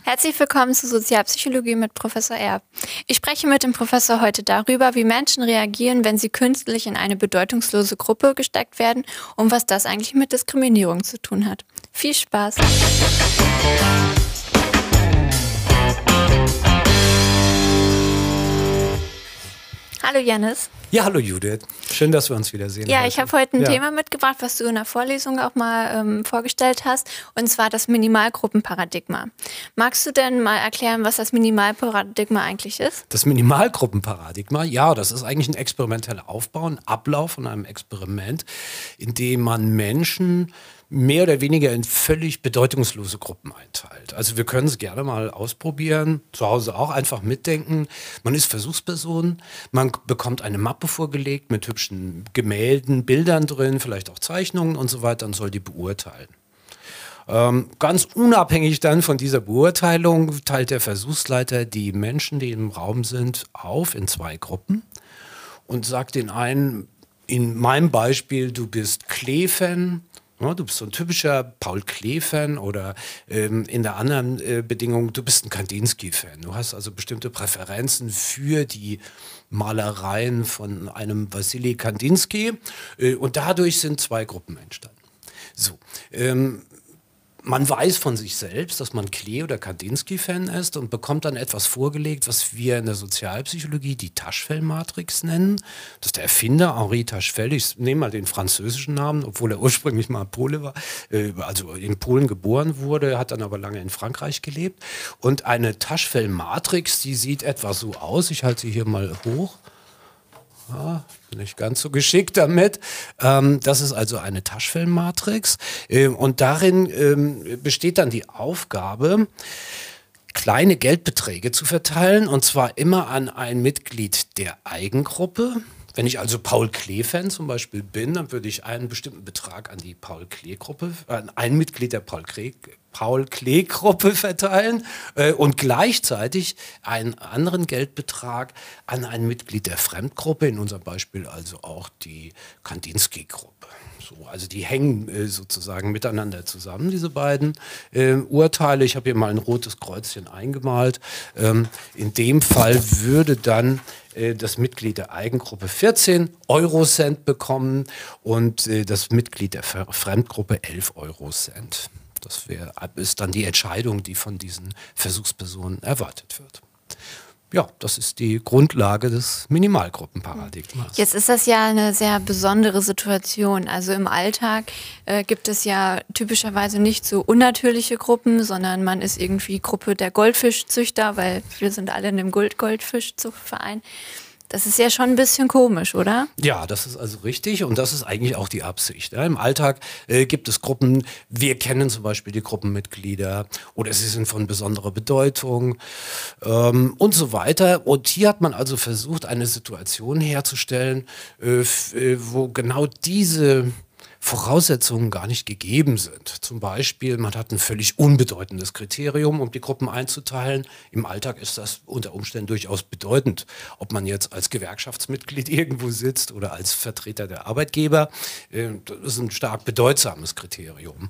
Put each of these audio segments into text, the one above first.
Herzlich willkommen zu Sozialpsychologie mit Professor Erb. Ich spreche mit dem Professor heute darüber, wie Menschen reagieren, wenn sie künstlich in eine bedeutungslose Gruppe gesteckt werden und was das eigentlich mit Diskriminierung zu tun hat. Viel Spaß! Hallo Jannis. Ja, hallo Judith. Schön, dass wir uns wiedersehen. Ja, ich habe heute ein Thema mitgebracht, was du in der Vorlesung auch mal vorgestellt hast, und zwar das Minimalgruppenparadigma. Magst du denn mal erklären, was das Minimalparadigma eigentlich ist? Das Minimalgruppenparadigma, ja, das ist eigentlich ein experimenteller Aufbau, ein Ablauf von einem Experiment, in dem man Menschen mehr oder weniger in völlig bedeutungslose Gruppen einteilt. Also wir können es gerne mal ausprobieren, zu Hause auch einfach mitdenken. Man ist Versuchsperson, man bekommt eine Mappe vorgelegt mit hübschen Gemälden, Bildern drin, vielleicht auch Zeichnungen und so weiter und soll die beurteilen. Ganz unabhängig dann von dieser Beurteilung teilt der Versuchsleiter die Menschen, die im Raum sind, auf in zwei Gruppen und sagt den einen, in meinem Beispiel, du bist Klee-Fan. Ja, du bist so ein typischer Paul Klee-Fan oder in der anderen Bedingung, du bist ein Kandinsky-Fan. Du hast also bestimmte Präferenzen für die Malereien von einem Wassily Kandinsky und dadurch sind zwei Gruppen entstanden. So, man weiß von sich selbst, dass man Klee- oder Kandinsky-Fan ist und bekommt dann etwas vorgelegt, was wir in der Sozialpsychologie die Taschenfell-Matrix nennen. Das ist der Erfinder Henri Taschenfell. Ich nehme mal den französischen Namen, obwohl er ursprünglich mal Pole war, also in Polen geboren wurde, hat dann aber lange in Frankreich gelebt. Und eine Taschenfell-Matrix, die sieht etwa so aus. Ich halte sie hier mal hoch. Ja, bin nicht ganz so geschickt damit. Das ist also eine Taschenfell-Matrix und darin besteht dann die Aufgabe, kleine Geldbeträge zu verteilen und zwar immer an ein Mitglied der Eigengruppe. Wenn ich also Paul Klee-Fan zum Beispiel bin, dann würde ich einen bestimmten Betrag an die Paul Klee-Gruppe, an ein Mitglied der Paul Klee-Gruppe verteilen und gleichzeitig einen anderen Geldbetrag an ein Mitglied der Fremdgruppe, in unserem Beispiel also auch die Kandinsky-Gruppe. So, also die hängen sozusagen miteinander zusammen, diese beiden Urteile. Ich habe hier mal ein rotes Kreuzchen eingemalt. In dem Fall würde dann das Mitglied der Eigengruppe 14 Eurocent bekommen und das Mitglied der Fremdgruppe 11 Eurocent. Das ist dann die Entscheidung, die von diesen Versuchspersonen erwartet wird. Ja, das ist die Grundlage des Minimalgruppenparadigmas. Jetzt ist das ja eine sehr besondere Situation. Also im Alltag gibt es ja typischerweise nicht so unnatürliche Gruppen, sondern man ist irgendwie Gruppe der Goldfischzüchter, weil wir sind alle in dem Goldfischzuchtverein. Das ist ja schon ein bisschen komisch, oder? Ja, das ist also richtig und das ist eigentlich auch die Absicht. Ja, im Alltag gibt es Gruppen, wir kennen zum Beispiel die Gruppenmitglieder oder sie sind von besonderer Bedeutung und so weiter. Und hier hat man also versucht, eine Situation herzustellen, wo genau diese Voraussetzungen gar nicht gegeben sind. Zum Beispiel, man hat ein völlig unbedeutendes Kriterium, um die Gruppen einzuteilen. Im Alltag ist das unter Umständen durchaus bedeutend, ob man jetzt als Gewerkschaftsmitglied irgendwo sitzt oder als Vertreter der Arbeitgeber. Das ist ein stark bedeutsames Kriterium.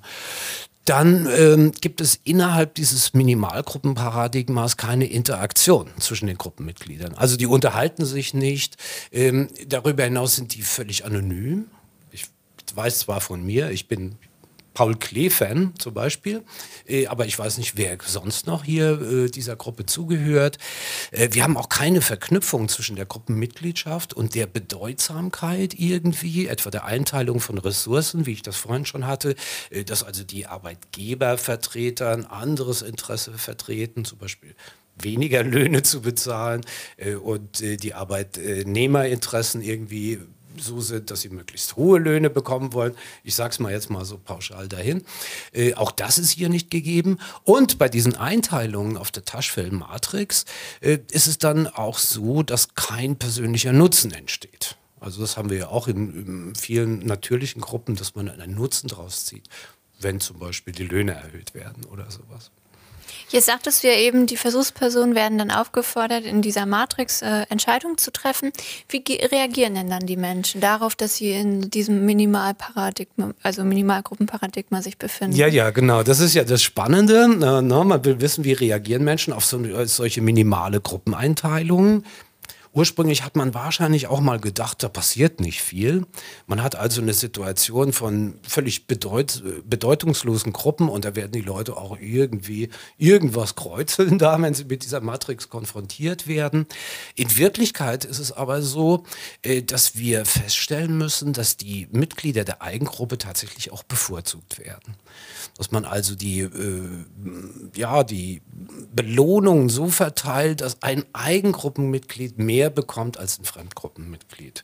Dann gibt es innerhalb dieses Minimalgruppenparadigmas keine Interaktion zwischen den Gruppenmitgliedern. Also die unterhalten sich nicht. Darüber hinaus sind die völlig anonym. Ich weiß zwar von mir, ich bin Paul Klee-Fan zum Beispiel, aber ich weiß nicht, wer sonst noch hier dieser Gruppe zugehört. Wir haben auch keine Verknüpfung zwischen der Gruppenmitgliedschaft und der Bedeutsamkeit irgendwie, etwa der Einteilung von Ressourcen, wie ich das vorhin schon hatte, dass also die Arbeitgebervertreter ein anderes Interesse vertreten, zum Beispiel weniger Löhne zu bezahlen und die Arbeitnehmerinteressen irgendwie so sind, dass sie möglichst hohe Löhne bekommen wollen. Ich sage es mal jetzt mal so pauschal dahin. Auch das ist hier nicht gegeben. Und bei diesen Einteilungen auf der Taschenfell-Matrix ist es dann auch so, dass kein persönlicher Nutzen entsteht. Also das haben wir ja auch in vielen natürlichen Gruppen, dass man einen Nutzen draus zieht, wenn zum Beispiel die Löhne erhöht werden oder sowas. Jetzt sagtest du ja eben, die Versuchspersonen werden dann aufgefordert, in dieser Matrix Entscheidungen zu treffen. Wie reagieren denn dann die Menschen darauf, dass sie in diesem Minimalparadigma, also Minimalgruppenparadigma sich befinden? Ja, genau. Das ist ja das Spannende. Man will wissen, wie reagieren Menschen auf solche minimale Gruppeneinteilungen. Ursprünglich hat man wahrscheinlich auch mal gedacht, da passiert nicht viel. Man hat also eine Situation von völlig bedeutungslosen Gruppen und da werden die Leute auch irgendwie irgendwas kreuzeln da, wenn sie mit dieser Matrix konfrontiert werden. In Wirklichkeit ist es aber so, dass wir feststellen müssen, dass die Mitglieder der Eigengruppe tatsächlich auch bevorzugt werden. Dass man also die Belohnung so verteilt, dass ein Eigengruppenmitglied mehr bekommt als ein Fremdgruppenmitglied.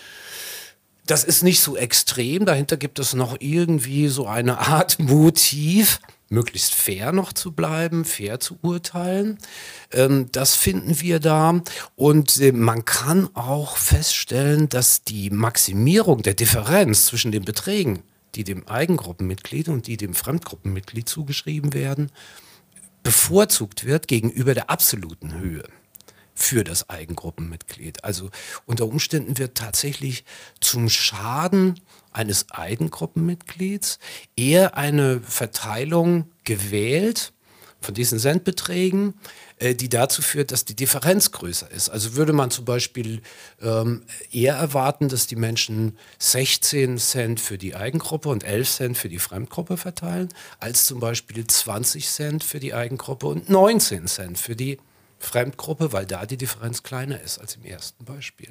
Das ist nicht so extrem, dahinter gibt es noch irgendwie so eine Art Motiv, möglichst fair noch zu bleiben, fair zu urteilen. Das finden wir da. Und man kann auch feststellen, dass die Maximierung der Differenz zwischen den Beträgen, die dem Eigengruppenmitglied und die dem Fremdgruppenmitglied zugeschrieben werden, bevorzugt wird gegenüber der absoluten Höhe für das Eigengruppenmitglied. Also unter Umständen wird tatsächlich zum Schaden eines Eigengruppenmitglieds eher eine Verteilung gewählt von diesen Centbeträgen, die dazu führt, dass die Differenz größer ist. Also würde man zum Beispiel eher erwarten, dass die Menschen 16 Cent für die Eigengruppe und 11 Cent für die Fremdgruppe verteilen, als zum Beispiel 20 Cent für die Eigengruppe und 19 Cent für die Fremdgruppe, weil da die Differenz kleiner ist als im ersten Beispiel.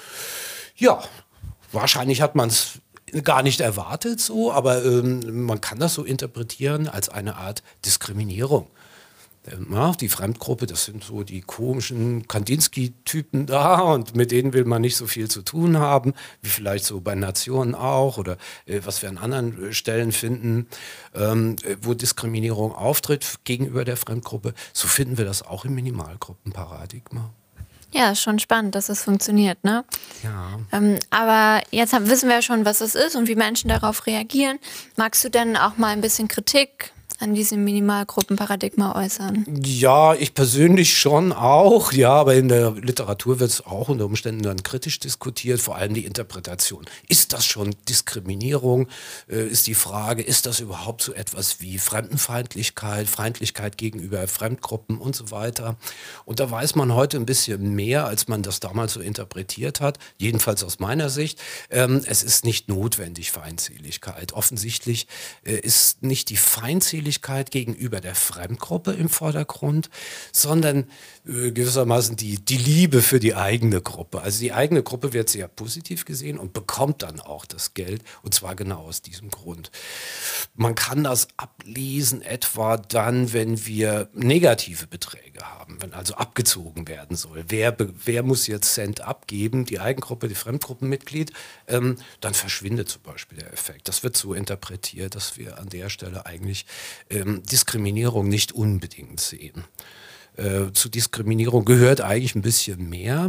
Ja, wahrscheinlich hat man es gar nicht erwartet so, aber man kann das so interpretieren als eine Art Diskriminierung. Die Fremdgruppe, das sind so die komischen Kandinsky-Typen da und mit denen will man nicht so viel zu tun haben, wie vielleicht so bei Nationen auch oder was wir an anderen Stellen finden, wo Diskriminierung auftritt gegenüber der Fremdgruppe. So finden wir das auch im Minimalgruppenparadigma. Ja, ist schon spannend, dass das funktioniert, ne? Ja. Aber jetzt wissen wir ja schon, was es ist und wie Menschen darauf reagieren. Magst du denn auch mal ein bisschen Kritik an diesem Minimalgruppenparadigma äußern? Ja, ich persönlich schon auch, ja, aber in der Literatur wird es auch unter Umständen dann kritisch diskutiert, vor allem die Interpretation. Ist das schon Diskriminierung? Ist die Frage, ist das überhaupt so etwas wie Fremdenfeindlichkeit, Feindlichkeit gegenüber Fremdgruppen und so weiter? Und da weiß man heute ein bisschen mehr, als man das damals so interpretiert hat, jedenfalls aus meiner Sicht. Es ist nicht notwendig Feindseligkeit. Offensichtlich ist nicht die Feindseligkeit gegenüber der Fremdgruppe im Vordergrund, sondern gewissermaßen die Liebe für die eigene Gruppe. Also die eigene Gruppe wird sehr positiv gesehen und bekommt dann auch das Geld, und zwar genau aus diesem Grund. Man kann das ablesen etwa dann, wenn wir negative Beträge haben, wenn also abgezogen werden soll. Wer muss jetzt Cent abgeben, die Eigengruppe, die Fremdgruppenmitglied, dann verschwindet zum Beispiel der Effekt. Das wird so interpretiert, dass wir an der Stelle eigentlich Diskriminierung nicht unbedingt sehen. Zu Diskriminierung gehört eigentlich ein bisschen mehr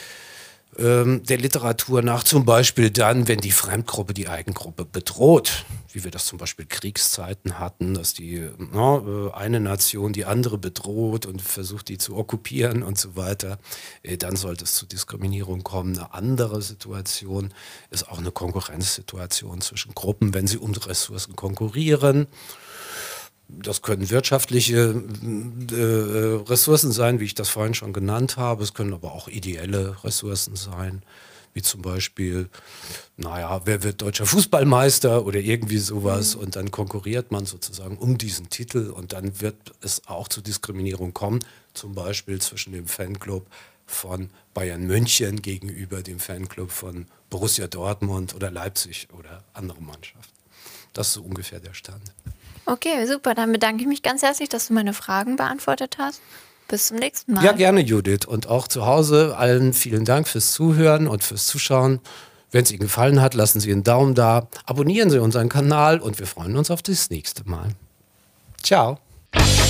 der Literatur nach, zum Beispiel dann, wenn die Fremdgruppe die Eigengruppe bedroht, wie wir das zum Beispiel Kriegszeiten hatten, dass die eine Nation die andere bedroht und versucht, die zu okkupieren und so weiter, dann sollte es zu Diskriminierung kommen. Eine andere Situation ist auch eine Konkurrenzsituation zwischen Gruppen, wenn sie um Ressourcen konkurrieren. Das können wirtschaftliche Ressourcen sein, wie ich das vorhin schon genannt habe. Es können aber auch ideelle Ressourcen sein, wie zum Beispiel, wer wird deutscher Fußballmeister oder irgendwie sowas. Und dann konkurriert man sozusagen um diesen Titel und dann wird es auch zu Diskriminierung kommen, zum Beispiel zwischen dem Fanclub von Bayern München gegenüber dem Fanclub von Borussia Dortmund oder Leipzig oder andere Mannschaften. Das ist so ungefähr der Stand. Okay, super. Dann bedanke ich mich ganz herzlich, dass du meine Fragen beantwortet hast. Bis zum nächsten Mal. Ja, gerne, Judith. Und auch zu Hause allen vielen Dank fürs Zuhören und fürs Zuschauen. Wenn es Ihnen gefallen hat, lassen Sie einen Daumen da. Abonnieren Sie unseren Kanal und wir freuen uns auf das nächste Mal. Ciao.